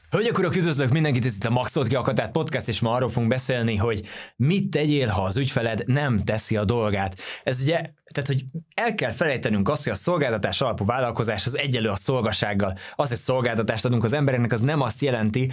Hölgyek, urak, üdvözlök mindenkit, ez itt a Maxolt ki Akatát podcast, és ma arról fogunk beszélni, hogy mit tegyél, ha az ügyfeled nem teszi a dolgát. Ez ugye, tehát hogy el kell felejtenünk azt, hogy a szolgáltatás alapú vállalkozás az egyenlő a szolgasággal. Az, hogy szolgáltatást adunk az embereknek, az nem azt jelenti,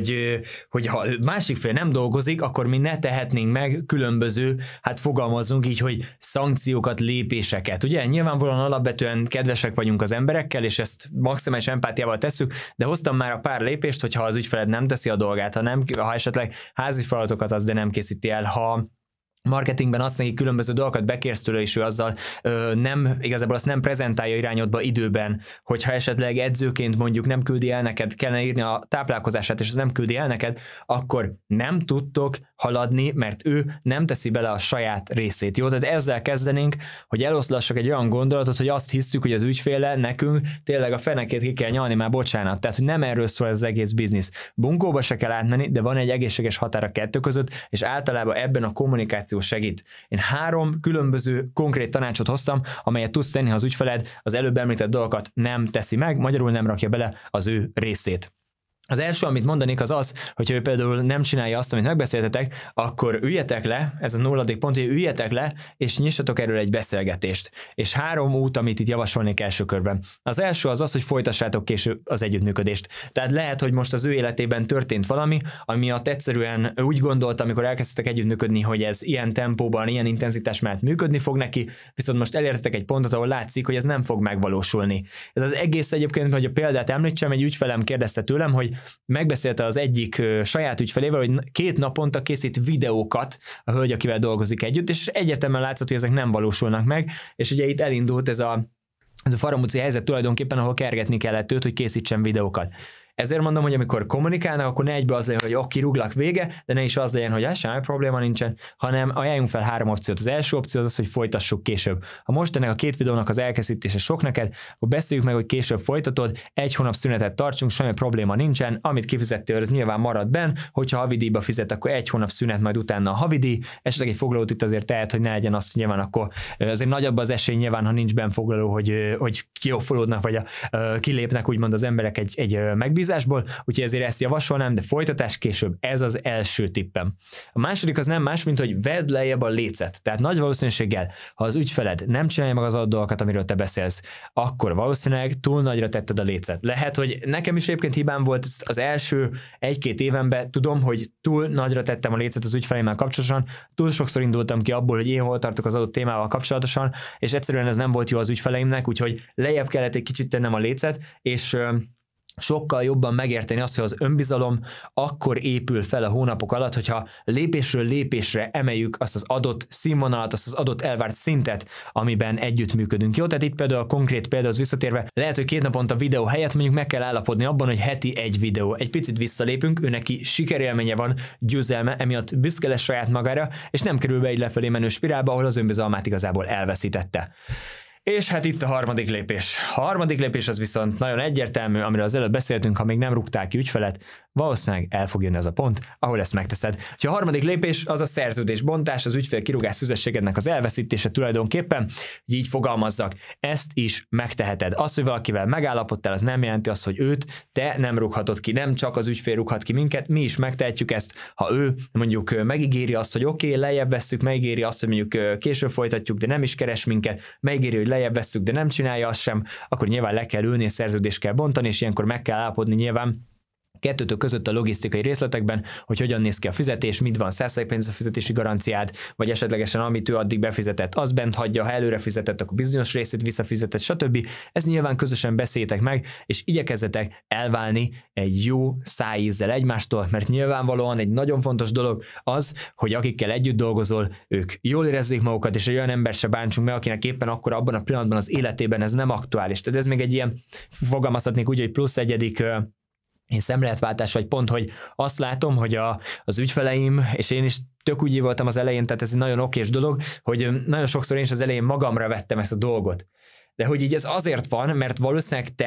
hogy ha másik fél nem dolgozik, akkor mi ne tehetnénk meg különböző, fogalmazzunk így, hogy szankciókat, lépéseket. Ugye nyilvánvalóan alapvetően kedvesek vagyunk az emberekkel, és ezt maximális empátiával tesszük, de hoztam már a pár lépést, hogyha az ügyfeled nem teszi a dolgát, ha esetleg házi feladatokat az, de nem készíti el, ha marketingben adsz neki különböző dolgokat, bekérsz tőle, és ő azzal igazából azt nem prezentálja irányodba időben, hogyha esetleg edzőként mondjuk nem küldi el neked, kellene írni a táplálkozását, és az nem küldi el neked, akkor nem tudtok haladni, mert ő nem teszi bele a saját részét. Jó, tehát ezzel kezdenénk, hogy eloszlassak egy olyan gondolatot, hogy azt hiszük, hogy az ügyféle nekünk tényleg a fenekét ki kell nyalni, már bocsánat. Tehát, hogy nem erről szól ez az egész biznisz. Bunkóba se kell átmenni, de van egy egészséges határ a kettő között, és általában ebben a kommunikáció segít. Én 3 különböző konkrét tanácsot hoztam, amelyet tudsz tenni, ha az ügyfeled az előbb említett dolgokat nem teszi meg, magyarul nem rakja bele az ő részét. Az első, amit mondanék, az az, hogyha ő például nem csinálja azt, amit megbeszéltetek, akkor üljetek le, ez a 0. pont, hogy üljetek le, és nyissatok erről egy beszélgetést. És 3 út, amit itt javasolnék első körben. Az első az, hogy folytassátok később az együttműködést. Tehát lehet, hogy most az ő életében történt valami, ami miatt egyszerűen úgy gondolta, amikor elkezdtek együttműködni, hogy ez ilyen tempóban, ilyen intenzitás mellett működni fog neki, viszont most elértetek egy pontot, ahol látszik, hogy ez nem fog megvalósulni. Ez az egész egyébként, hogy a példát említsem, egy ügyfelem kérdezte tőlem, hogy megbeszélte az egyik saját ügyfelével, hogy 2 naponta készít videókat a hölgy, akivel dolgozik együtt, és egyetemen látszott, hogy ezek nem valósulnak meg, és ugye itt elindult ez a faramúci helyzet tulajdonképpen, ahol kergetni kellett őt, hogy készítsen videókat. Ezért mondom, hogy amikor kommunikálnak, akkor ne egybe az legyen, hogy oké, rúglak, vége, de ne is az legyen, hogy semmi probléma nincsen, hanem ajánljunk fel 3 opciót. Az első opció az, hogy folytassuk később. Ha most ennek a 2 videónak az elkészítése sok neked, akkor beszéljük meg, hogy később folytatod, 1 hónap szünetet tartsunk, semmi probléma nincsen, amit kifizettél, az nyilván marad benn, hogyha havidíjba fizet, akkor 1 hónap szünet, majd utána a havidíj, esetleg egy foglalót itt azért tehet, hogy ne legyen az, nyilván akkor azért nagyobb az esély nyilván, ha nincs benn foglaló, hogy kioffolódnak, vagy kilépnek úgymond az emberek egy megbízásból, úgyhogy ezért ezt javasolnám, de folytatás később, ez az első tippem. A második az nem más, mint hogy vedd lejjebb a lécet. Tehát nagy valószínűséggel, ha az ügyfeled nem csinálja meg az adott dolgokat, amiről te beszélsz, akkor valószínűleg túl nagyra tetted a lécet. Lehet, hogy nekem is egyébként hibám volt az első 1-2 évenben, tudom, hogy túl nagyra tettem a lécet az ügyfeleimmel kapcsolatosan, túl sokszor indultam ki abból, hogy én hol tartok az adott témával kapcsolatosan, és egyszerűen ez nem volt jó az ügyfeleimnek, úgyhogy lejjebb kellett egy kicsit tennem a lécet, és sokkal jobban megérteni azt, hogy az önbizalom akkor épül fel a hónapok alatt, hogyha lépésről lépésre emeljük azt az adott színvonalat, azt az adott elvárt szintet, amiben együttműködünk. Jó, tehát itt például a konkrét példához visszatérve, lehet, hogy 2 naponta videó helyett mondjuk meg kell állapodni abban, hogy heti 1 videó. Egy picit visszalépünk, ő neki sikerélménye van, győzelme, emiatt büszke lesz saját magára, és nem kerül be egy lefelé menő spirálba, ahol az önbizalmát igazából elveszítette. És hát itt a 3. lépés. A 3. lépés az viszont nagyon egyértelmű, amiről az előbb beszéltünk, ha még nem rúgtál ki ügyfelet, valószínűleg el fog jönni az a pont, ahol ezt megteszed. Ha a 3. lépés az a szerződésbontás, az ügyfél kirúgás szüzességednek az elveszítése tulajdonképpen, hogy így fogalmazzak, ezt is megteheted. Az, hogy valakivel megállapodtál, az nem jelenti azt, hogy őt te nem rúghatod ki, nem csak az ügyfél rúghat ki minket, mi is megtehetjük ezt, ha ő mondjuk megígéri azt, hogy oké, lejjebb vesszük, megígéri azt, hogy mondjuk később folytatjuk, de nem is keres minket, megígéri, hogy lejjebb vesszük, de nem csinálja azt sem, akkor nyilván le kell ülni, és szerződést kell bontani, és ilyenkor meg kell állapodni nyilván kettőtök között a logisztikai részletekben, hogy hogyan néz ki a fizetés, mit van, 100% pénz a fizetési garanciád, vagy esetlegesen amit ő addig befizetett, az bent hagyja, ha előre fizetett, akkor bizonyos részét visszafizetett, stb. Ez nyilván közösen beszéltek meg, és igyekezzetek elválni egy jó szájízzel egymástól, mert nyilvánvalóan egy nagyon fontos dolog az, hogy akikkel együtt dolgozol, ők jól érezzék magukat, és egy olyan ember se bántsunk meg, akinek éppen akkor abban a pillanatban az életében ez nem aktuális. Tehát ez még egy ilyen, fogalmazhatnék úgy, hogy plusz egyedik szemléletváltás vagy pont, hogy azt látom, hogy az ügyfeleim, és én is tök úgy voltam az elején, tehát ez egy nagyon okés dolog, hogy nagyon sokszor én is az elején magamra vettem ezt a dolgot. De hogy így ez azért van, mert valószínűleg te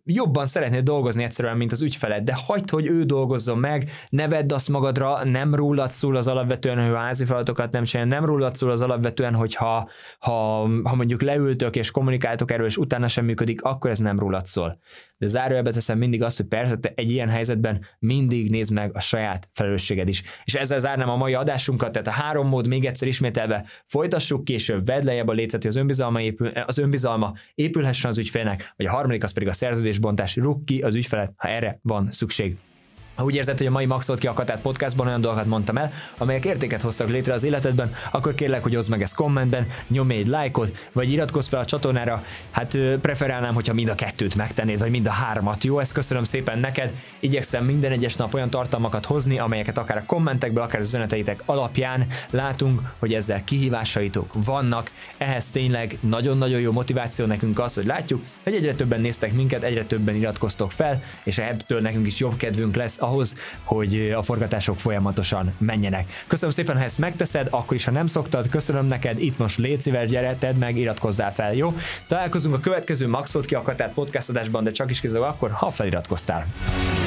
jobban szeretnél dolgozni egyszerűen, mint az ügyfeled, de hagyd, hogy ő dolgozzon meg, ne vedd azt magadra, nem rólad szól az alapvetően, hogy a házi feladatokat nem csinálja, nem rólad szól az alapvetően, hogy ha mondjuk leültök és kommunikáltok erről, és utána sem működik, akkor ez nem rólad szól. De zárójelbe teszem mindig azt, hogy persze te egy ilyen helyzetben mindig nézd meg a saját felelősséged is. És ezzel zárnám a mai adásunkat, tehát a 3 mód még egyszer ismételve folytassuk később, vedd lejjebb a lécet, hogy az önbizalma épülhessen az ügyfélnek, vagy a harmadik az pedig a szerződésbontás, rúgd ki az ügyfelet, ha erre van szükség. Ha úgy érzed, hogy a mai Maxolt ki a Katát podcastban olyan dolgokat mondtam el, amelyek értéket hoztak létre az életedben, akkor kérlek, hogy oszd meg ezt kommentben, nyomj egy lájkot, vagy iratkozz fel a csatornára. Hát preferálnám, hogyha mind a 2-t megtennéd, vagy mind a 3-at. Jó, ezt köszönöm szépen neked. Igyekszem minden egyes nap olyan tartalmakat hozni, amelyeket akár a kommentekből, akár az üzeneteitek alapján látunk, hogy ezzel kihívásaitok vannak. Ehhez tényleg nagyon-nagyon jó motiváció nekünk az, hogy látjuk, hogy egyre többen néztek minket, egyre többen iratkoztok fel, és ebből nekünk is jobb kedvünk lesz ahhoz, hogy a forgatások folyamatosan menjenek. Köszönöm szépen, ha ezt megteszed, akkor is, ha nem szoktad, köszönöm neked, itt most légy szíves, gyere, tedd meg, iratkozzál fel, jó? Találkozunk a következő Maxolt ki a Katát podcast adásban, de csak is kizog akkor, ha feliratkoztál.